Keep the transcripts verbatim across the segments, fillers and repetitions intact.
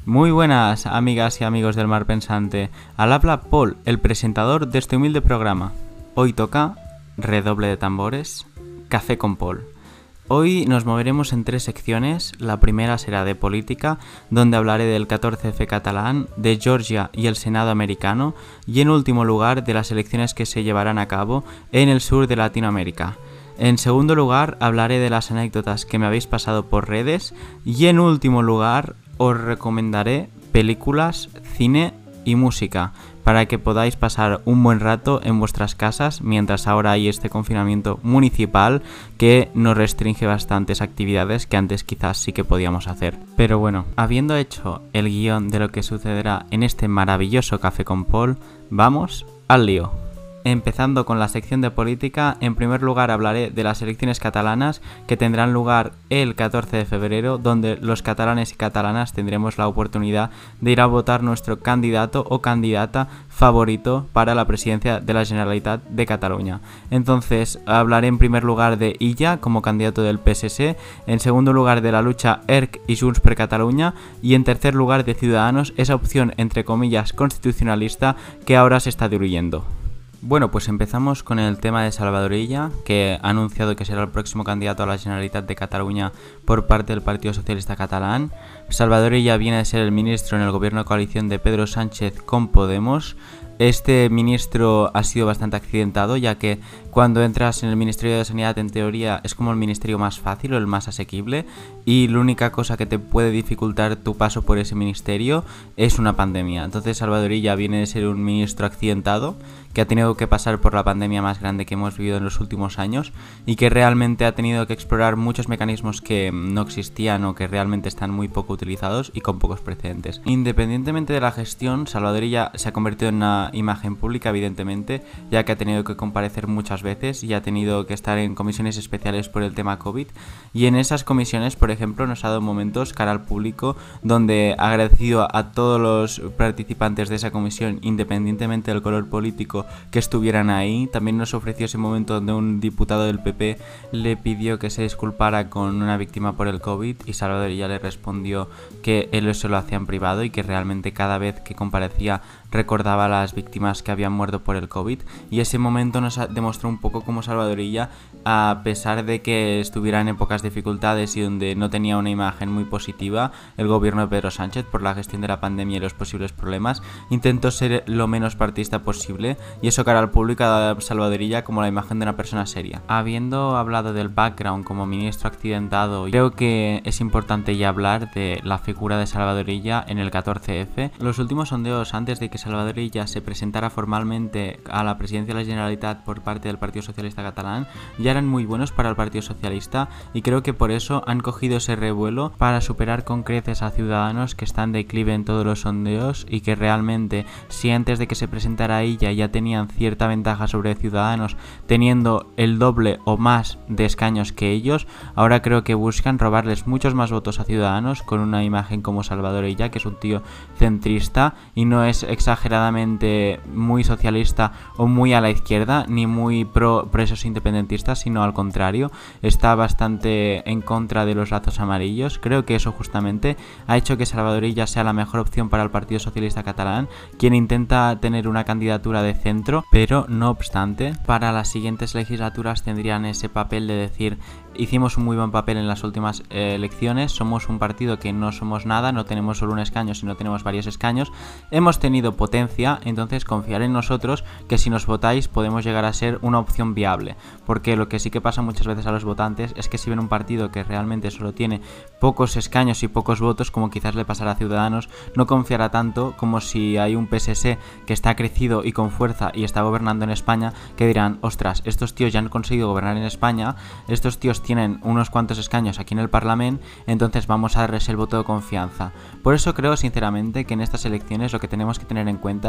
Muy buenas, amigas y amigos del Mar Pensante. Al habla Paul, el presentador de este humilde programa. Hoy toca redoble de tambores, Café con Paul. Hoy nos moveremos en tres secciones. La primera será de política, donde hablaré del catorce efe catalán, de Georgia y el Senado americano, y en último lugar de las elecciones que se llevarán a cabo en el sur de Latinoamérica. En segundo lugar, hablaré de las anécdotas que me habéis pasado por redes, y en último lugar, os recomendaré películas, cine y música para que podáis pasar un buen rato en vuestras casas mientras ahora hay este confinamiento municipal que nos restringe bastantes actividades que antes quizás sí que podíamos hacer. Pero bueno, habiendo hecho el guión de lo que sucederá en este maravilloso Café con Paul, vamos al lío. Empezando con la sección de política, en primer lugar hablaré de las elecciones catalanas que tendrán lugar el catorce de febrero, donde los catalanes y catalanas tendremos la oportunidad de ir a votar nuestro candidato o candidata favorito para la presidencia de la Generalitat de Cataluña. Entonces hablaré en primer lugar de Illa como candidato del P S C, en segundo lugar de la lucha E R C y Junts per Catalunya y en tercer lugar de Ciudadanos, esa opción entre comillas constitucionalista que ahora se está diluyendo. Bueno, pues empezamos con el tema de Salvador Illa, que ha anunciado que será el próximo candidato a la Generalitat de Cataluña por parte del Partido Socialista Catalán. Salvador Illa viene a ser el ministro en el gobierno de coalición de Pedro Sánchez con Podemos. Este ministro ha sido bastante accidentado, ya que cuando entras en el Ministerio de Sanidad, en teoría, es como el ministerio más fácil o el más asequible, y la única cosa que te puede dificultar tu paso por ese ministerio es una pandemia. Entonces Salvador Illa viene de ser un ministro accidentado, que ha tenido que pasar por la pandemia más grande que hemos vivido en los últimos años y que realmente ha tenido que explorar muchos mecanismos que no existían o que realmente están muy poco utilizados y con pocos precedentes. Independientemente de la gestión, Salvador Illa se ha convertido en una imagen pública, evidentemente, ya que ha tenido que comparecer muchas veces y ha tenido que estar en comisiones especiales por el tema COVID, y en esas comisiones, por ejemplo, nos ha dado momentos cara al público donde ha agradecido a todos los participantes de esa comisión, independientemente del color político que estuvieran ahí. También nos ofreció ese momento donde un diputado del P P le pidió que se disculpara con una víctima por el COVID y Salvador Illa le respondió que él eso lo hacía en privado y que realmente cada vez que comparecía recordaba a las víctimas que habían muerto por el COVID, y ese momento nos demostró un poco cómo Salvador Illa, a pesar de que estuviera en épocas de dificultades y donde no tenía una imagen muy positiva el gobierno de Pedro Sánchez por la gestión de la pandemia y los posibles problemas, intentó ser lo menos partidista posible, y eso cara al público ha dado a Salvador Illa como la imagen de una persona seria. Habiendo hablado del background como ministro accidentado, creo que es importante ya hablar de la figura de Salvador Illa en el catorce efe. Los últimos sondeos antes de que Salvador Illa se presentara formalmente a la presidencia de la Generalitat por parte del Partido Socialista Catalán ya eran muy buenos para el Partido Socialista, y creo que por eso han cogido ese revuelo para superar con creces a Ciudadanos, que están de declive en todos los sondeos y que realmente, si antes de que se presentara Illa ya tenían cierta ventaja sobre Ciudadanos, teniendo el doble o más de escaños que ellos, ahora creo que buscan robarles muchos más votos a Ciudadanos con una imagen como Salvador Illa, que es un tío centrista y no es exageradamente muy socialista o muy a la izquierda, ni muy pro presos independentistas, sino al contrario, está bastante en contra de los lazos amarillos. Creo que eso justamente ha hecho que Salvador Illa sea la mejor opción para el Partido Socialista Catalán, quien intenta tener una candidatura de centro, pero no obstante, para las siguientes legislaturas tendrían ese papel de decir: hicimos un muy buen papel en las últimas eh, elecciones, somos un partido que no somos nada, no tenemos solo un escaño, sino tenemos varios escaños, hemos tenido potencia, entonces confiar en nosotros, que si nos votáis podemos llegar a ser una opción viable, porque lo que sí que pasa muchas veces a los votantes es que si ven un partido que realmente solo tiene pocos escaños y pocos votos, como quizás le pasará a Ciudadanos, no confiará tanto como si hay un P S C que está crecido y con fuerza y está gobernando en España, que dirán: ostras, estos tíos ya han conseguido gobernar en España, estos tíos tienen unos cuantos escaños aquí en el Parlamento, entonces vamos a darles el voto de confianza. Por eso creo sinceramente que en estas elecciones lo que tenemos que tener en cuenta es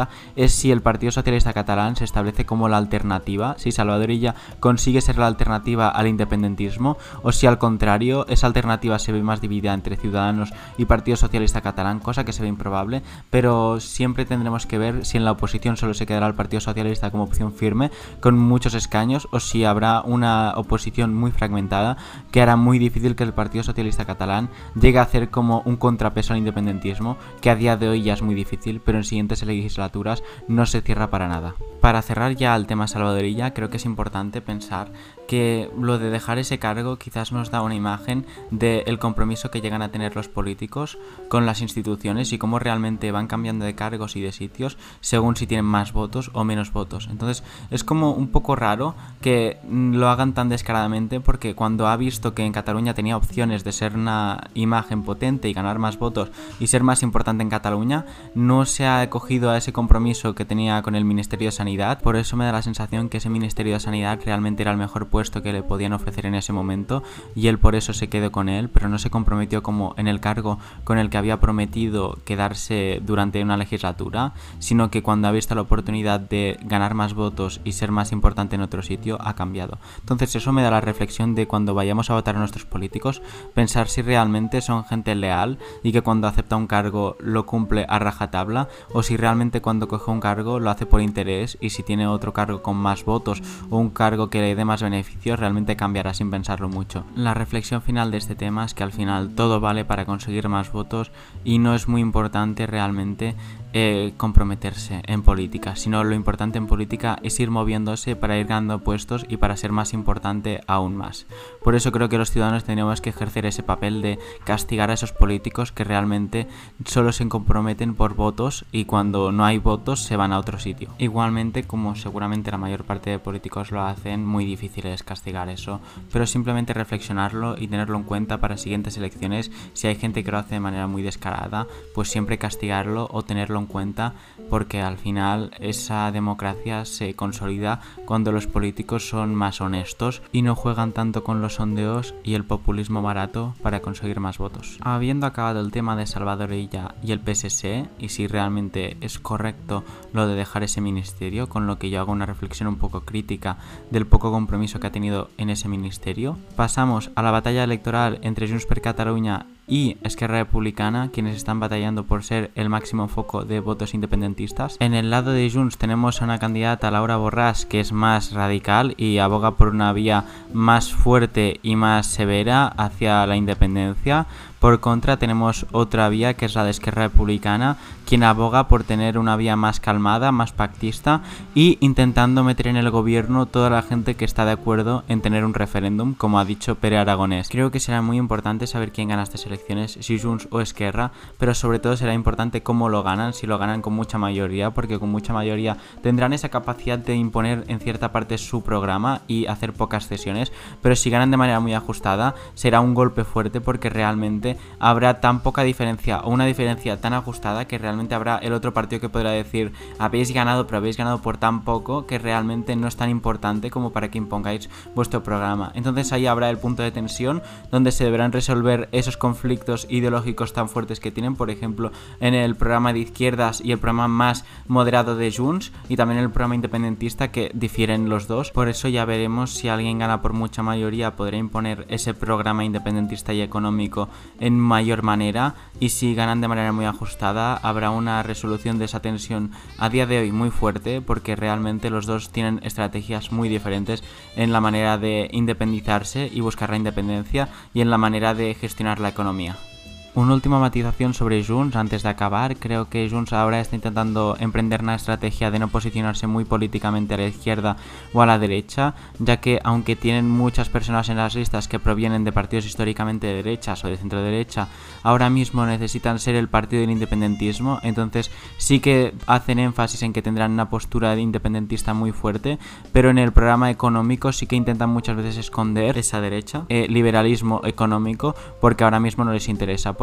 es si el Partido Socialista Catalán se establece como la alternativa, si Salvador Illa consigue ser la alternativa al independentismo, o si al contrario esa alternativa se ve más dividida entre Ciudadanos y Partido Socialista Catalán, cosa que se ve improbable, pero siempre tendremos que ver si en la oposición solo se quedará el Partido Socialista como opción firme, con muchos escaños, o si habrá una oposición muy fragmentada que hará muy difícil que el Partido Socialista Catalán llegue a hacer como un contrapeso al independentismo, que a día de hoy ya es muy difícil, pero en siguientes legislaturas no se cierra para nada. Para cerrar ya el tema Salvador Illa, creo que es importante pensar que lo de dejar ese cargo quizás nos da una imagen del compromiso que llegan a tener los políticos con las instituciones y cómo realmente van cambiando de cargos y de sitios según si tienen más votos o menos votos. Entonces es como un poco raro que lo hagan tan descaradamente, porque cuando ha visto que en Cataluña tenía opciones de ser una imagen potente y ganar más votos y ser más importante en Cataluña, no se ha acogido a ese compromiso que tenía con el Ministerio de Sanidad. Por eso me da la sensación que ese Ministerio de Sanidad realmente era el mejor puesto que le podían ofrecer en ese momento y él por eso se quedó con él, pero no se comprometió como en el cargo con el que había prometido quedarse durante una legislatura, sino que cuando ha visto la oportunidad de ganar más votos y ser más importante en otro sitio, ha cambiado. Entonces eso me da la reflexión de cuando vayamos a votar a nuestros políticos, pensar si realmente son gente leal y que cuando acepta un cargo lo cumple a rajatabla, o si realmente cuando coge un cargo lo hace por interés, y si tiene otro cargo con más votos o un cargo que le dé más beneficios, realmente cambiará sin pensarlo mucho. La reflexión final de este tema es que al final todo vale para conseguir más votos y no es muy importante realmente eh, comprometerse en política, sino lo importante en política es ir moviéndose para ir ganando puestos y para ser más importante aún más. Por eso creo que los ciudadanos tenemos que ejercer ese papel de castigar a esos políticos que realmente solo se comprometen por votos y cuando no hay votos se van a otro sitio. Igualmente, como seguramente la mayor parte de políticos lo hacen, muy difícil es castigar eso, pero simplemente reflexionarlo y tenerlo en cuenta para siguientes elecciones. Si hay gente que lo hace de manera muy descarada, pues siempre castigarlo o tenerlo en cuenta, porque al final esa democracia se consolida cuando los políticos son más honestos y no juegan tanto con los sondeos y el populismo barato para conseguir más votos. Habiendo acabado el tema de Salvador Illa y el P S C, y si realmente es correcto lo de dejar ese ministerio, con lo que yo hago una reflexión un poco crítica del poco compromiso que ha tenido en ese ministerio, pasamos a la batalla electoral entre Junts per Catalunya y Esquerra Republicana, quienes están batallando por ser el máximo foco de votos independentistas. En el lado de Junts tenemos a una candidata, Laura Borràs, que es más radical y aboga por una vía más fuerte y más severa hacia la independencia. Por contra tenemos otra vía, que es la de Esquerra Republicana, quien aboga por tener una vía más calmada, más pactista, y intentando meter en el gobierno toda la gente que está de acuerdo en tener un referéndum, como ha dicho Pere Aragonés. Creo que será muy importante saber quién gana estas elecciones, si Junts o Esquerra, pero sobre todo será importante cómo lo ganan, si lo ganan con mucha mayoría, porque con mucha mayoría tendrán esa capacidad de imponer en cierta parte su programa y hacer pocas cesiones, pero si ganan de manera muy ajustada será un golpe fuerte, porque realmente habrá tan poca diferencia o una diferencia tan ajustada que realmente habrá el otro partido que podrá decir: habéis ganado, pero habéis ganado por tan poco que realmente no es tan importante como para que impongáis vuestro programa. Entonces ahí habrá el punto de tensión donde se deberán resolver esos conflictos ideológicos tan fuertes que tienen, por ejemplo en el programa de izquierdas y el programa más moderado de Junts, y también el programa independentista, que difieren los dos. Por eso ya veremos si alguien gana por mucha mayoría, podrá imponer ese programa independentista y económico en mayor manera, y si ganan de manera muy ajustada habrá una resolución de esa tensión a día de hoy muy fuerte, porque realmente los dos tienen estrategias muy diferentes en la manera de independizarse y buscar la independencia y en la manera de gestionar la economía. Una última matización sobre Junts antes de acabar. Creo que Junts ahora está intentando emprender una estrategia de no posicionarse muy políticamente a la izquierda o a la derecha, ya que aunque tienen muchas personas en las listas que provienen de partidos históricamente de derechas o de centro derecha, ahora mismo necesitan ser el partido del independentismo. Entonces sí que hacen énfasis en que tendrán una postura de independentista muy fuerte, pero en el programa económico sí que intentan muchas veces esconder esa derecha, eh, liberalismo económico, porque ahora mismo no les interesa. Por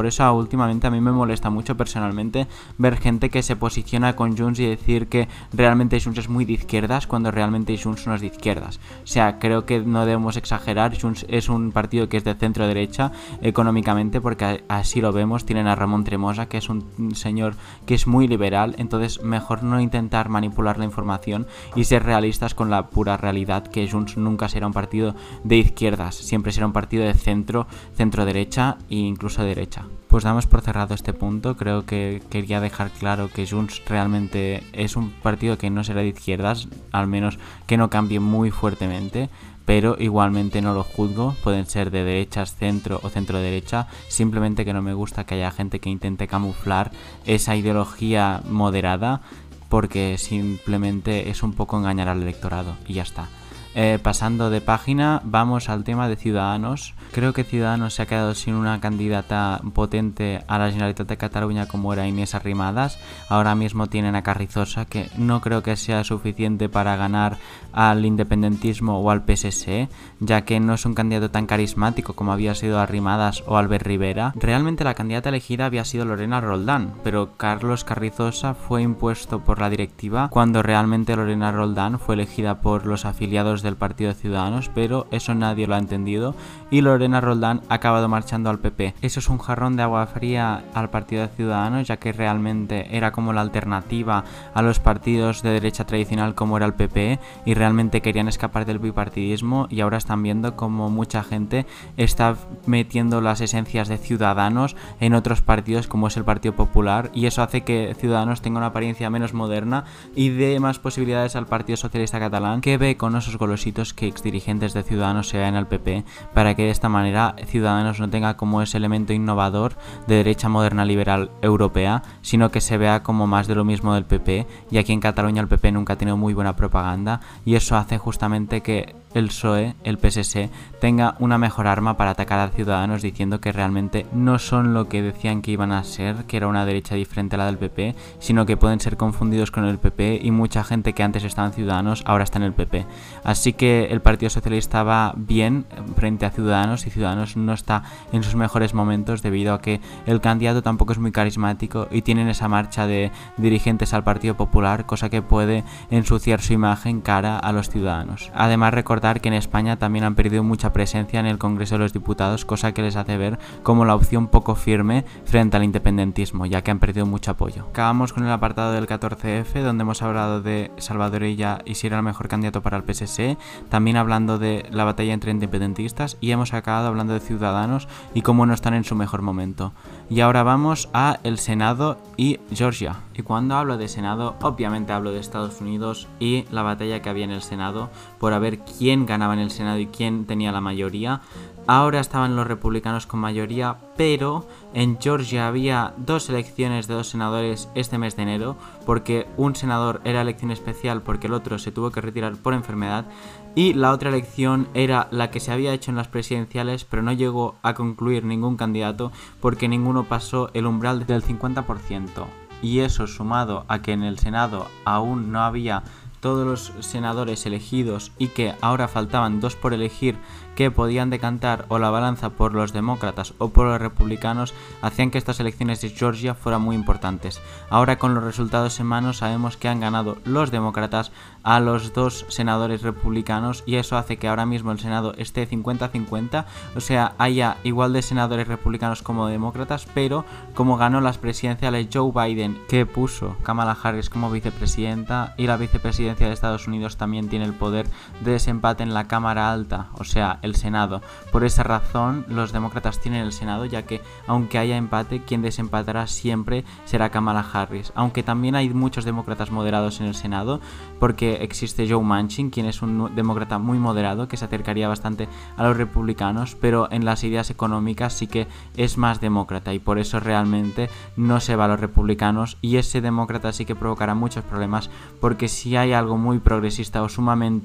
Por eso últimamente a mí me molesta mucho personalmente ver gente que se posiciona con Junts y decir que realmente Junts es muy de izquierdas cuando realmente Junts no es de izquierdas. O sea, creo que no debemos exagerar. Junts es un partido que es de centro derecha económicamente, porque así lo vemos. Tienen a Ramon Tremosa, que es un señor que es muy liberal, entonces mejor no intentar manipular la información y ser realistas con la pura realidad, que Junts nunca será un partido de izquierdas, siempre será un partido de centro, centro derecha e incluso derecha. Pues damos por cerrado este punto. Creo que quería dejar claro que Junts realmente es un partido que no será de izquierdas, al menos que no cambie muy fuertemente, pero igualmente no lo juzgo. Pueden ser de derechas, centro o centro derecha, simplemente que no me gusta que haya gente que intente camuflar esa ideología moderada, porque simplemente es un poco engañar al electorado y ya está. Eh, pasando de página, vamos al tema de Ciudadanos. Creo que Ciudadanos se ha quedado sin una candidata potente a la Generalitat de Cataluña como era Inés Arrimadas. Ahora mismo tienen a Carrizosa, que no creo que sea suficiente para ganar al independentismo o al P S C, ya que no es un candidato tan carismático como había sido Arrimadas o Albert Rivera. Realmente la candidata elegida había sido Lorena Roldán, pero Carlos Carrizosa fue impuesto por la directiva cuando realmente Lorena Roldán fue elegida por los afiliados del Partido de Ciudadanos, pero eso nadie lo ha entendido y Lorena Roldán ha acabado marchando al P P. Eso es un jarrón de agua fría al Partido de Ciudadanos, ya que realmente era como la alternativa a los partidos de derecha tradicional como era el P P, y realmente querían escapar del bipartidismo, y ahora están viendo como mucha gente está metiendo las esencias de Ciudadanos en otros partidos como es el Partido Popular, y eso hace que Ciudadanos tenga una apariencia menos moderna y dé más posibilidades al Partido Socialista Catalán, que ve con esos golositos que exdirigentes de Ciudadanos se vayan al P P, para que de esta manera Ciudadanos no tenga como ese elemento innovador de derecha moderna liberal europea, sino que se vea como más de lo mismo del P P, y aquí en Cataluña el P P nunca ha tenido muy buena propaganda, y eso hace justamente que el P S O E, el P S C, tenga una mejor arma para atacar a Ciudadanos, diciendo que realmente no son lo que decían que iban a ser, que era una derecha diferente a la del P P, sino que pueden ser confundidos con el P P, y mucha gente que antes estaba en Ciudadanos ahora está en el P P. Así que el Partido Socialista va bien frente a Ciudadanos, y Ciudadanos no está en sus mejores momentos debido a que el candidato tampoco es muy carismático y tienen esa marcha de dirigentes al Partido Popular, cosa que puede ensuciar su imagen cara a los ciudadanos. Además, recordar que en España también han perdido mucha presencia en el Congreso de los Diputados, cosa que les hace ver como la opción poco firme frente al independentismo, ya que han perdido mucho apoyo. Acabamos con el apartado del catorce efe, donde hemos hablado de Salvador Illa y si era el mejor candidato para el P S C, también hablando de la batalla entre independentistas, y hemos acabado hablando de Ciudadanos y cómo no están en su mejor momento. Y ahora vamos a el Senado y Georgia. Y cuando hablo de Senado, obviamente hablo de Estados Unidos y la batalla que había en el Senado por a ver quién ganaba en el Senado y quién tenía la mayoría. Ahora estaban los republicanos con mayoría, pero en Georgia había dos elecciones de dos senadores este mes de enero, porque un senador era elección especial porque el otro se tuvo que retirar por enfermedad, y la otra elección era la que se había hecho en las presidenciales, pero no llegó a concluir ningún candidato porque ninguno pasó el umbral del cincuenta por ciento. Y eso, sumado a que en el Senado aún no había todos los senadores elegidos y que ahora faltaban dos por elegir, que podían decantar o la balanza por los demócratas o por los republicanos, hacían que estas elecciones de Georgia fueran muy importantes. Ahora, con los resultados en mano, sabemos que han ganado los demócratas a los dos senadores republicanos, y eso hace que ahora mismo el Senado esté cincuenta cincuenta, o sea, haya igual de senadores republicanos como demócratas, pero como ganó las presidenciales Joe Biden, que puso Kamala Harris como vicepresidenta, y la vicepresidencia de Estados Unidos también tiene el poder de desempate en la Cámara Alta, o sea, el Senado. Por esa razón, los demócratas tienen el Senado, ya que aunque haya empate, quien desempatará siempre será Kamala Harris. Aunque también hay muchos demócratas moderados en el Senado, porque existe Joe Manchin, quien es un demócrata muy moderado, que se acercaría bastante a los republicanos, pero en las ideas económicas sí que es más demócrata, y por eso realmente no se va a los republicanos, y ese demócrata sí que provocará muchos problemas, porque si hay algo muy progresista o sumamente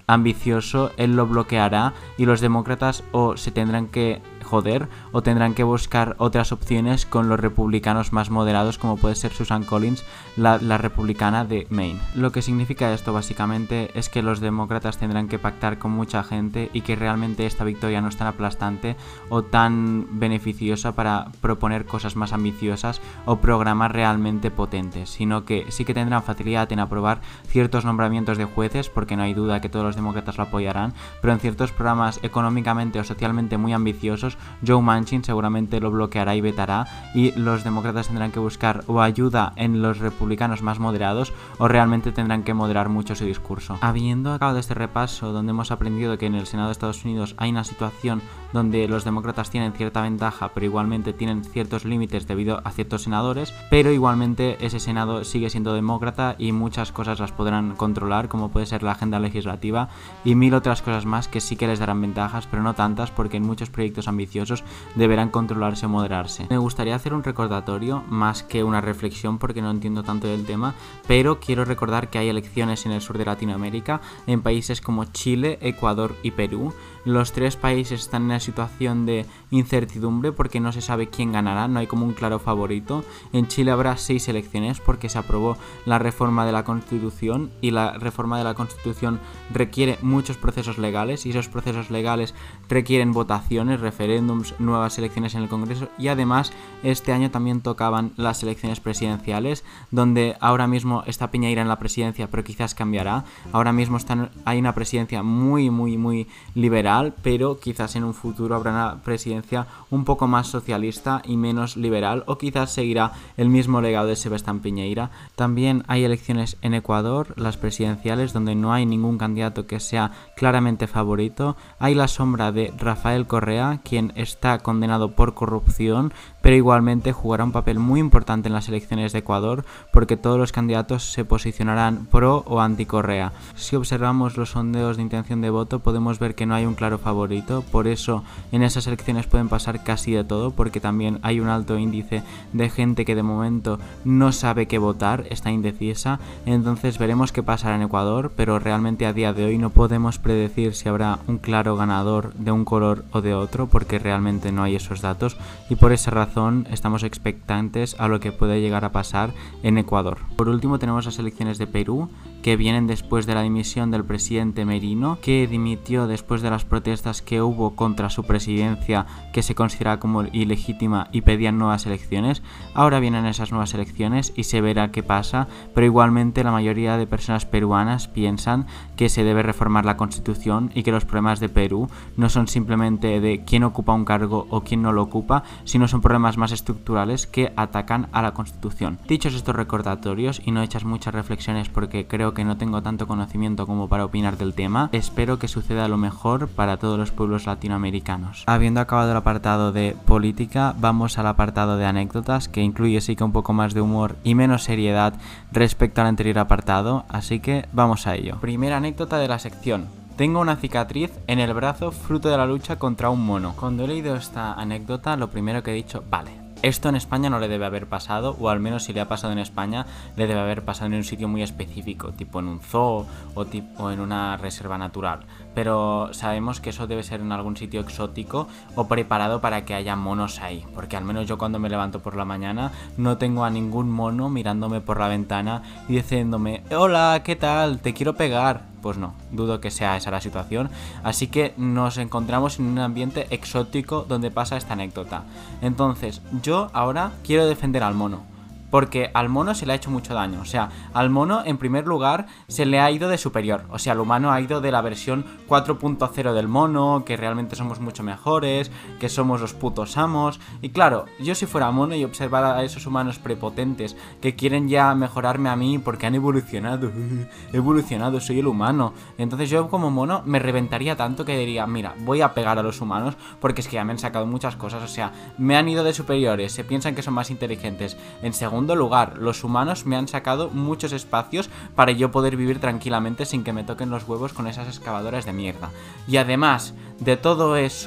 ambicioso, él lo bloqueará y los demócratas o se tendrán que joder o tendrán que buscar otras opciones con los republicanos más moderados, como puede ser Susan Collins, la, la republicana de Maine. Lo que significa esto básicamente es que los demócratas tendrán que pactar con mucha gente y que realmente esta victoria no es tan aplastante o tan beneficiosa para proponer cosas más ambiciosas o programas realmente potentes, sino que sí que tendrán facilidad en aprobar ciertos nombramientos de jueces, porque no hay duda que todos los demócratas lo apoyarán, pero en ciertos programas económicamente o socialmente muy ambiciosos, Joe Manchin seguramente lo bloqueará y vetará, y los demócratas tendrán que buscar o ayuda en los republicanos más moderados o realmente tendrán que moderar mucho su discurso. Habiendo acabado este repaso donde hemos aprendido que en el Senado de Estados Unidos hay una situación donde los demócratas tienen cierta ventaja, pero igualmente tienen ciertos límites debido a ciertos senadores, pero igualmente ese Senado sigue siendo demócrata y muchas cosas las podrán controlar, como puede ser la agenda legislativa y mil otras cosas más que sí que les darán ventajas, pero no tantas, porque en muchos proyectos ambiciosos deberán controlarse o moderarse. Me gustaría hacer un recordatorio más que una reflexión, porque no entiendo tanto del tema, pero quiero recordar que hay elecciones en el sur de Latinoamérica, en países como Chile, Ecuador y Perú. Los tres países están en una situación de incertidumbre porque no se sabe quién ganará, no hay como un claro favorito. En Chile habrá seis elecciones porque se aprobó la reforma de la Constitución y la reforma de la Constitución requiere muchos procesos legales y esos procesos legales requieren votaciones, referéndums, nuevas elecciones en el Congreso, y además este año también tocaban las elecciones presidenciales, donde ahora mismo está Piñera en la presidencia, pero quizás cambiará. Ahora mismo están, hay una presidencia muy muy muy liberal, pero quizás en un futuro habrá una presidencia un poco más socialista y menos liberal, o quizás seguirá el mismo legado de Sebastián Piñera. También hay elecciones en Ecuador, las presidenciales, donde no hay ningún candidato que sea claramente favorito. Hay la sombra de Rafael Correa, quien está condenado por corrupción, pero igualmente jugará un papel muy importante en las elecciones de Ecuador, porque todos los candidatos se posicionarán pro o anti Correa. Si observamos los sondeos de intención de voto, podemos ver que no hay un claro favorito, por eso en esas elecciones pueden pasar casi de todo, porque también hay un alto índice de gente que de momento no sabe qué votar, está indecisa. Entonces veremos qué pasará en Ecuador, pero realmente a día de hoy no podemos predecir si habrá un claro ganador de un color o de otro, porque realmente no hay esos datos, y por esa razón estamos expectantes a lo que puede llegar a pasar en Ecuador. Por último tenemos las elecciones de Perú, que vienen después de la dimisión del presidente Merino, que dimitió después de las protestas que hubo contra su presidencia, que se considera como ilegítima, y pedían nuevas elecciones. Ahora vienen esas nuevas elecciones y se verá qué pasa, pero igualmente la mayoría de personas peruanas piensan que se debe reformar la Constitución y que los problemas de Perú no son simplemente de quién ocupa un cargo o quién no lo ocupa, sino son problemas más estructurales que atacan a la Constitución. Dichos estos recordatorios y no hechas muchas reflexiones, porque creo que no tengo tanto conocimiento como para opinar del tema, espero que suceda lo mejor para todos los pueblos latinoamericanos. Habiendo acabado el apartado de política, vamos al apartado de anécdotas, que incluye sí que un poco más de humor y menos seriedad respecto al anterior apartado, así que vamos a ello. Primera anécdota de la sección. Tengo una cicatriz en el brazo fruto de la lucha contra un mono. Cuando he leído esta anécdota, lo primero que he dicho, vale, esto en España no le debe haber pasado, o al menos si le ha pasado en España, le debe haber pasado en un sitio muy específico, tipo en un zoo o, tipo en una reserva natural. Pero sabemos que eso debe ser en algún sitio exótico o preparado para que haya monos ahí, porque al menos yo cuando me levanto por la mañana no tengo a ningún mono mirándome por la ventana y diciéndome, hola, ¿qué tal? Te quiero pegar. Pues no, dudo que sea esa la situación, así que nos encontramos en un ambiente exótico donde pasa esta anécdota. Entonces, yo ahora quiero defender al mono, porque al mono se le ha hecho mucho daño. O sea, al mono en primer lugar se le ha ido de superior. O sea, el humano ha ido de la versión cuatro punto cero del mono, que realmente somos mucho mejores, que somos los putos amos. Y claro, yo si fuera mono y observara a esos humanos prepotentes que quieren ya mejorarme a mí porque han evolucionado, he evolucionado, soy el humano. Entonces yo como mono me reventaría tanto que diría, mira, voy a pegar a los humanos porque es que ya me han sacado muchas cosas. O sea, me han ido de superiores, se piensan que son más inteligentes. En segundo lugar, los humanos me han sacado muchos espacios para yo poder vivir tranquilamente sin que me toquen los huevos con esas excavadoras de mierda. Y además de todo eso,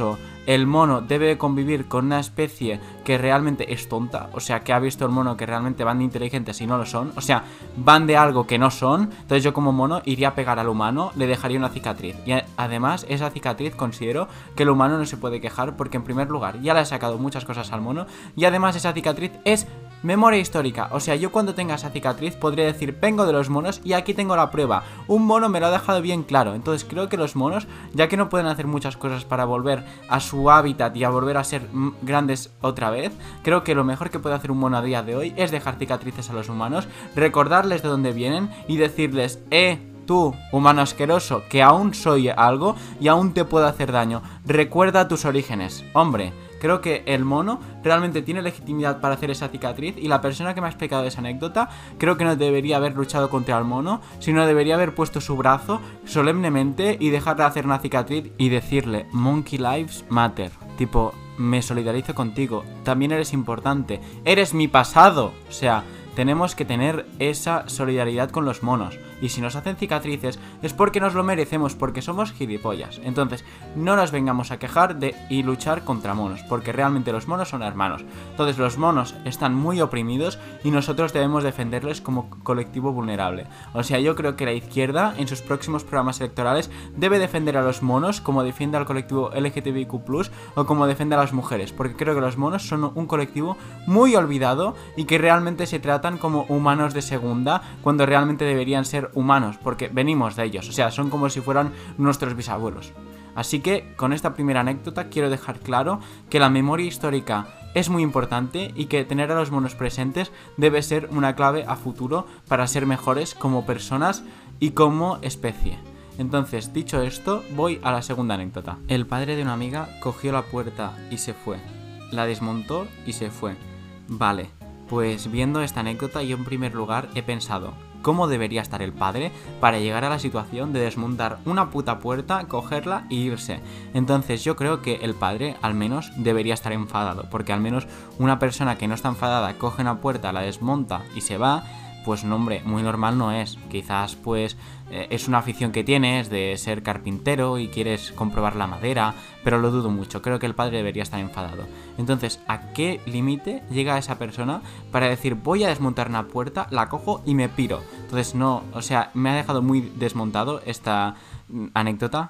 el mono debe convivir con una especie que realmente es tonta, o sea, que ha visto el mono que realmente van de inteligentes y no lo son, o sea, van de algo que no son. Entonces yo como mono iría a pegar al humano, le dejaría una cicatriz, y además esa cicatriz considero que el humano no se puede quejar porque en primer lugar ya le ha sacado muchas cosas al mono, y además esa cicatriz es memoria histórica. O sea, yo cuando tenga esa cicatriz podré decir, vengo de los monos y aquí tengo la prueba, un mono me lo ha dejado bien claro. Entonces creo que los monos, ya que no pueden hacer muchas cosas para volver a su hábitat y a volver a ser grandes otra vez, creo que lo mejor que puede hacer un mono a día de hoy es dejar cicatrices a los humanos, recordarles de dónde vienen y decirles, eh, tú, humano asqueroso, que aún soy algo y aún te puedo hacer daño, recuerda tus orígenes. Hombre, creo que el mono realmente tiene legitimidad para hacer esa cicatriz, y la persona que me ha explicado esa anécdota creo que no debería haber luchado contra el mono, sino debería haber puesto su brazo solemnemente y dejarle hacer una cicatriz y decirle, Monkey Lives Matter, tipo, me solidarizo contigo, también eres importante, eres mi pasado. O sea, tenemos que tener esa solidaridad con los monos. Y si nos hacen cicatrices es porque nos lo merecemos, porque somos gilipollas. Entonces, no nos vengamos a quejar de y luchar contra monos, porque realmente los monos son hermanos. Entonces, los monos están muy oprimidos y nosotros debemos defenderles como colectivo vulnerable. O sea, yo creo que la izquierda, en sus próximos programas electorales, debe defender a los monos como defiende al colectivo L G T B I Q plus, o como defiende a las mujeres, porque creo que los monos son un colectivo muy olvidado y que realmente se tratan como humanos de segunda, cuando realmente deberían ser humanos, porque venimos de ellos, o sea, son como si fueran nuestros bisabuelos. Así que con esta primera anécdota quiero dejar claro que la memoria histórica es muy importante y que tener a los monos presentes debe ser una clave a futuro para ser mejores como personas y como especie. Entonces, dicho esto, voy a la segunda anécdota. El padre de una amiga cogió la puerta y se fue, la desmontó y se fue. Vale, pues viendo esta anécdota yo en primer lugar he pensado, ¿cómo debería estar el padre para llegar a la situación de desmontar una puta puerta, cogerla e irse? Entonces yo creo que el padre al menos debería estar enfadado, porque al menos una persona que no está enfadada coge una puerta, la desmonta y se va, pues no, hombre, muy normal no es. Quizás pues eh, es una afición que tienes de ser carpintero y quieres comprobar la madera, pero lo dudo mucho, creo que el padre debería estar enfadado. Entonces, ¿a qué límite llega esa persona para decir voy a desmontar una puerta, la cojo y me piro? Entonces no, o sea, me ha dejado muy desmontado esta anécdota,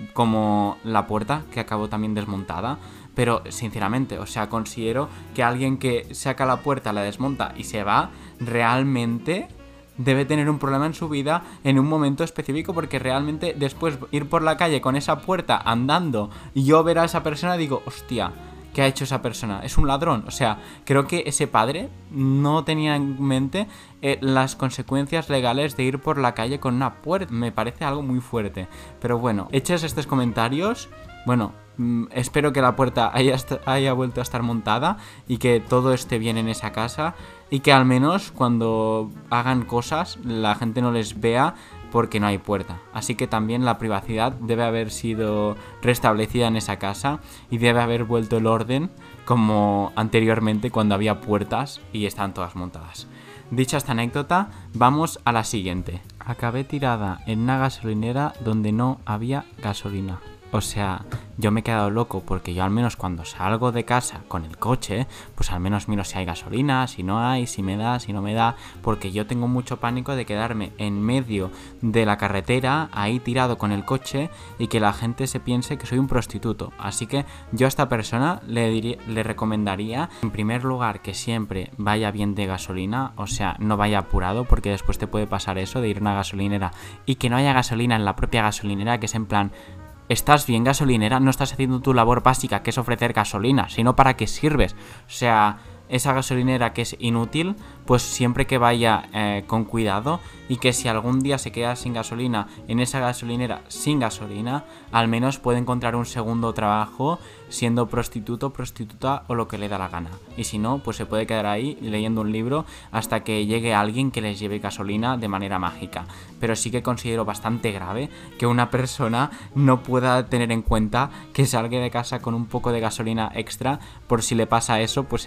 como la puerta que acabó también desmontada. Pero sinceramente, o sea, considero que alguien que saca la puerta, la desmonta y se va, realmente debe tener un problema en su vida en un momento específico, porque realmente después ir por la calle con esa puerta andando y yo ver a esa persona digo, hostia, ¿qué ha hecho esa persona? Es un ladrón. O sea, creo que ese padre no tenía en mente eh, las consecuencias legales de ir por la calle con una puerta. Me parece algo muy fuerte. Pero bueno, hechos estos comentarios, bueno, mmm, espero que la puerta haya, haya vuelto a estar montada y que todo esté bien en esa casa, y que al menos cuando hagan cosas la gente no les vea porque no hay puerta. Así que también la privacidad debe haber sido restablecida en esa casa y debe haber vuelto el orden como anteriormente, cuando había puertas y están todas montadas. Dicha esta anécdota, vamos a la siguiente. Acabé tirada en una gasolinera donde no había gasolina. O sea, yo me he quedado loco, porque yo al menos cuando salgo de casa con el coche, pues al menos miro si hay gasolina, si no hay, si me da, si no me da, porque yo tengo mucho pánico de quedarme en medio de la carretera, ahí tirado con el coche, y que la gente se piense que soy un prostituto. Así que yo a esta persona le, diría, le recomendaría, en primer lugar, que siempre vaya bien de gasolina, o sea, no vaya apurado, porque después te puede pasar eso de ir a una gasolinera y que no haya gasolina en la propia gasolinera, que es en plan, ¿estás bien, gasolinera? No estás haciendo tu labor básica, que es ofrecer gasolina, sino para qué sirves. O sea, esa gasolinera que es inútil, pues siempre que vaya eh, con cuidado, y que si algún día se queda sin gasolina en esa gasolinera sin gasolina, al menos puede encontrar un segundo trabajo siendo prostituto, prostituta o lo que le da la gana. Y si no, pues se puede quedar ahí leyendo un libro hasta que llegue alguien que les lleve gasolina de manera mágica. Pero sí que considero bastante grave que una persona no pueda tener en cuenta que salga de casa con un poco de gasolina extra, por si le pasa eso, pues en esa gasolinera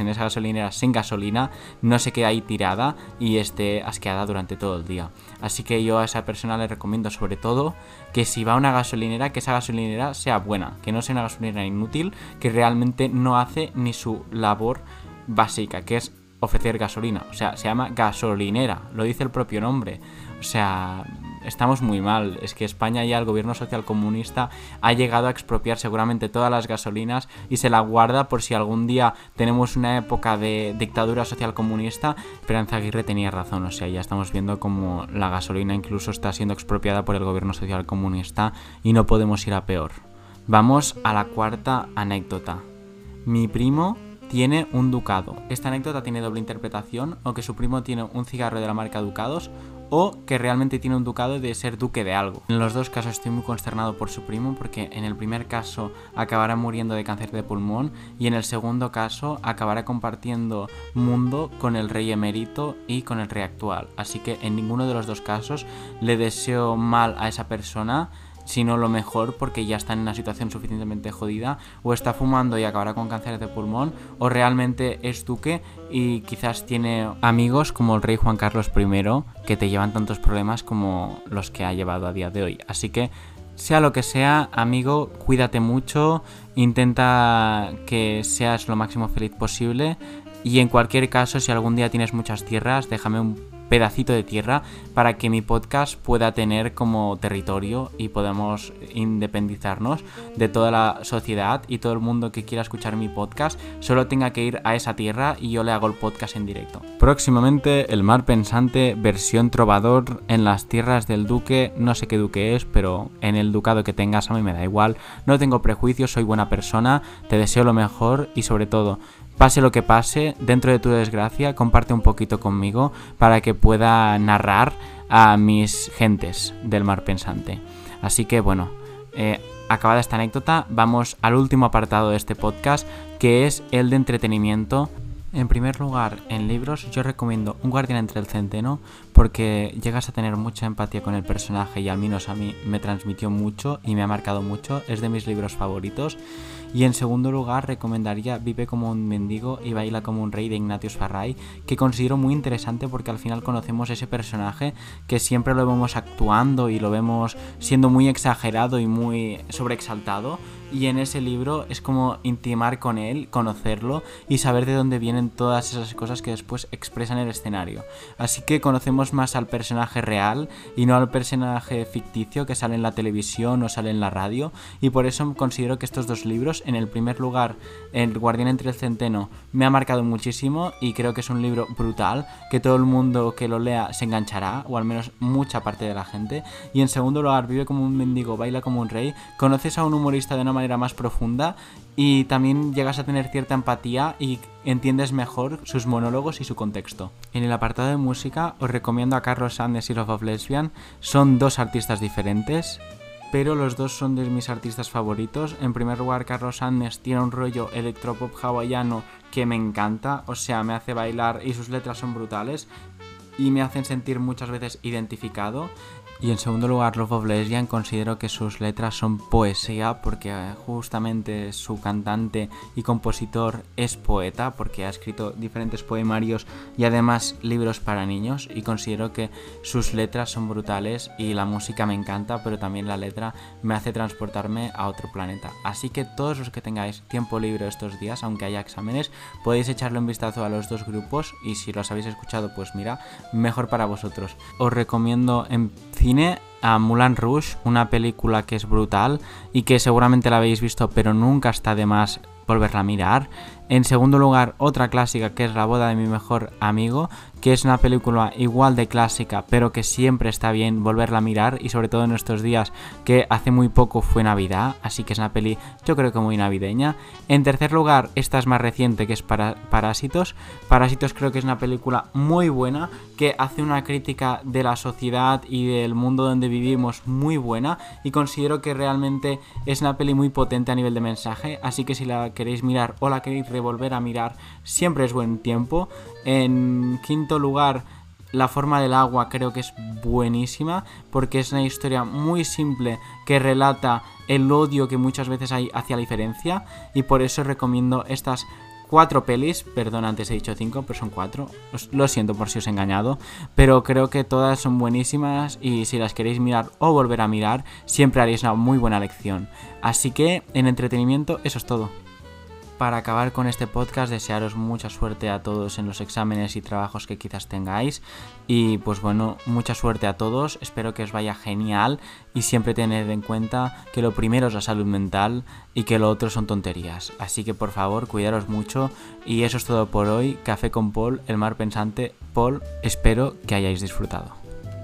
gasolinera sin gasolina no se quede ahí tirada y esté asqueada durante todo el día. Así que yo a esa persona le recomiendo sobre todo que si va a una gasolinera, que esa gasolinera sea buena, que no sea una gasolinera inútil, que realmente no hace ni su labor básica, que es ofrecer gasolina. O sea, se llama gasolinera, lo dice el propio nombre. O sea, estamos muy mal. Es que España ya, el gobierno socialcomunista, ha llegado a expropiar seguramente todas las gasolinas y se la guarda por si algún día tenemos una época de dictadura socialcomunista. Esperanza Aguirre tenía razón, o sea, ya estamos viendo como la gasolina incluso está siendo expropiada por el gobierno socialcomunista y no podemos ir a peor. Vamos a la cuarta anécdota. Mi primo tiene un ducado. Esta anécdota tiene doble interpretación, o que su primo tiene un cigarro de la marca Ducados, o que realmente tiene un ducado de ser duque de algo. En los dos casos estoy muy consternado por su primo, porque en el primer caso acabará muriendo de cáncer de pulmón y en el segundo caso acabará compartiendo mundo con el rey emérito y con el rey actual. Así que en ninguno de los dos casos le deseo mal a esa persona, sino lo mejor, porque ya está en una situación suficientemente jodida, o está fumando y acabará con cáncer de pulmón, o realmente es duque y quizás tiene amigos como el rey Juan Carlos primero que te llevan tantos problemas como los que ha llevado a día de hoy. Así que sea lo que sea, amigo, cuídate mucho, intenta que seas lo máximo feliz posible y en cualquier caso, si algún día tienes muchas tierras, déjame un pedacito de tierra para que mi podcast pueda tener como territorio y podamos independizarnos de toda la sociedad, y todo el mundo que quiera escuchar mi podcast solo tenga que ir a esa tierra y yo le hago el podcast en directo. Próximamente el Mar Pensante versión trovador en las tierras del duque. No sé qué duque es, pero en el ducado que tengas a mí me da igual, no tengo prejuicios, soy buena persona, te deseo lo mejor y sobre todo, pase lo que pase, dentro de tu desgracia, comparte un poquito conmigo para que pueda narrar a mis gentes del Mar Pensante. Así que bueno, eh, acabada esta anécdota, vamos al último apartado de este podcast, que es el de entretenimiento. En primer lugar, en libros yo recomiendo Un guardián entre el centeno, porque llegas a tener mucha empatía con el personaje y al menos a mí me transmitió mucho y me ha marcado mucho, es de mis libros favoritos. Y en segundo lugar recomendaría Vive como un mendigo y baila como un rey de Ignatius Farray, que considero muy interesante porque al final conocemos ese personaje que siempre lo vemos actuando y lo vemos siendo muy exagerado y muy sobreexaltado, y en ese libro es como intimar con él, conocerlo y saber de dónde vienen todas esas cosas que después expresan en el escenario. Así que conocemos más al personaje real y no al personaje ficticio que sale en la televisión o sale en la radio, y por eso considero que estos dos libros, en el primer lugar El guardián entre el centeno, me ha marcado muchísimo y creo que es un libro brutal, que todo el mundo que lo lea se enganchará, o al menos mucha parte de la gente. Y en segundo lugar Vive como un mendigo, baila como un rey, conoces a un humorista de una manera más profunda y también llegas a tener cierta empatía y entiendes mejor sus monólogos y su contexto. En el apartado de música os recomiendo a Carlos Sanders y Love of Lesbian. Son dos artistas diferentes, pero los dos son de mis artistas favoritos. En primer lugar, Carlos Sanders tiene un rollo electropop hawaiano que me encanta, o sea, me hace bailar y sus letras son brutales y me hacen sentir muchas veces identificado. Y en segundo lugar, Love of Lesbian, considero que sus letras son poesía, porque justamente su cantante y compositor es poeta, porque ha escrito diferentes poemarios y además libros para niños, y considero que sus letras son brutales y la música me encanta, pero también la letra me hace transportarme a otro planeta. Así que todos los que tengáis tiempo libre estos días, aunque haya exámenes, podéis echarle un vistazo a los dos grupos, y si los habéis escuchado, pues mira, mejor para vosotros. Os recomiendo en cine a Moulin Rouge, una película que es brutal y que seguramente la habéis visto, pero nunca está de más volverla a mirar. En segundo lugar, otra clásica que es La boda de mi mejor amigo, que es una película igual de clásica, pero que siempre está bien volverla a mirar, y sobre todo en estos días que hace muy poco fue Navidad, así que es una peli yo creo que muy navideña. En tercer lugar, esta es más reciente, que es para Parásitos. Parásitos creo que es una película muy buena, que hace una crítica de la sociedad y del mundo donde vivimos muy buena, y considero que realmente es una peli muy potente a nivel de mensaje, así que si la queréis mirar o la queréis volver a mirar, siempre es buen tiempo. En quinto lugar, La forma del agua, creo que es buenísima, porque es una historia muy simple que relata el odio que muchas veces hay hacia la diferencia, y por eso recomiendo estas cuatro pelis, perdón, antes he dicho cinco, pero son cuatro. Os, lo siento por si os he engañado, pero creo que todas son buenísimas y si las queréis mirar o volver a mirar, siempre haréis una muy buena lección. Así que, en entretenimiento, eso es todo. Para acabar con este podcast, desearos mucha suerte a todos en los exámenes y trabajos que quizás tengáis. Y pues bueno, mucha suerte a todos, espero que os vaya genial y siempre tened en cuenta que lo primero es la salud mental y que lo otro son tonterías. Así que por favor, cuidaros mucho y eso es todo por hoy. Café con Paul, el mar pensante. Paul, espero que hayáis disfrutado.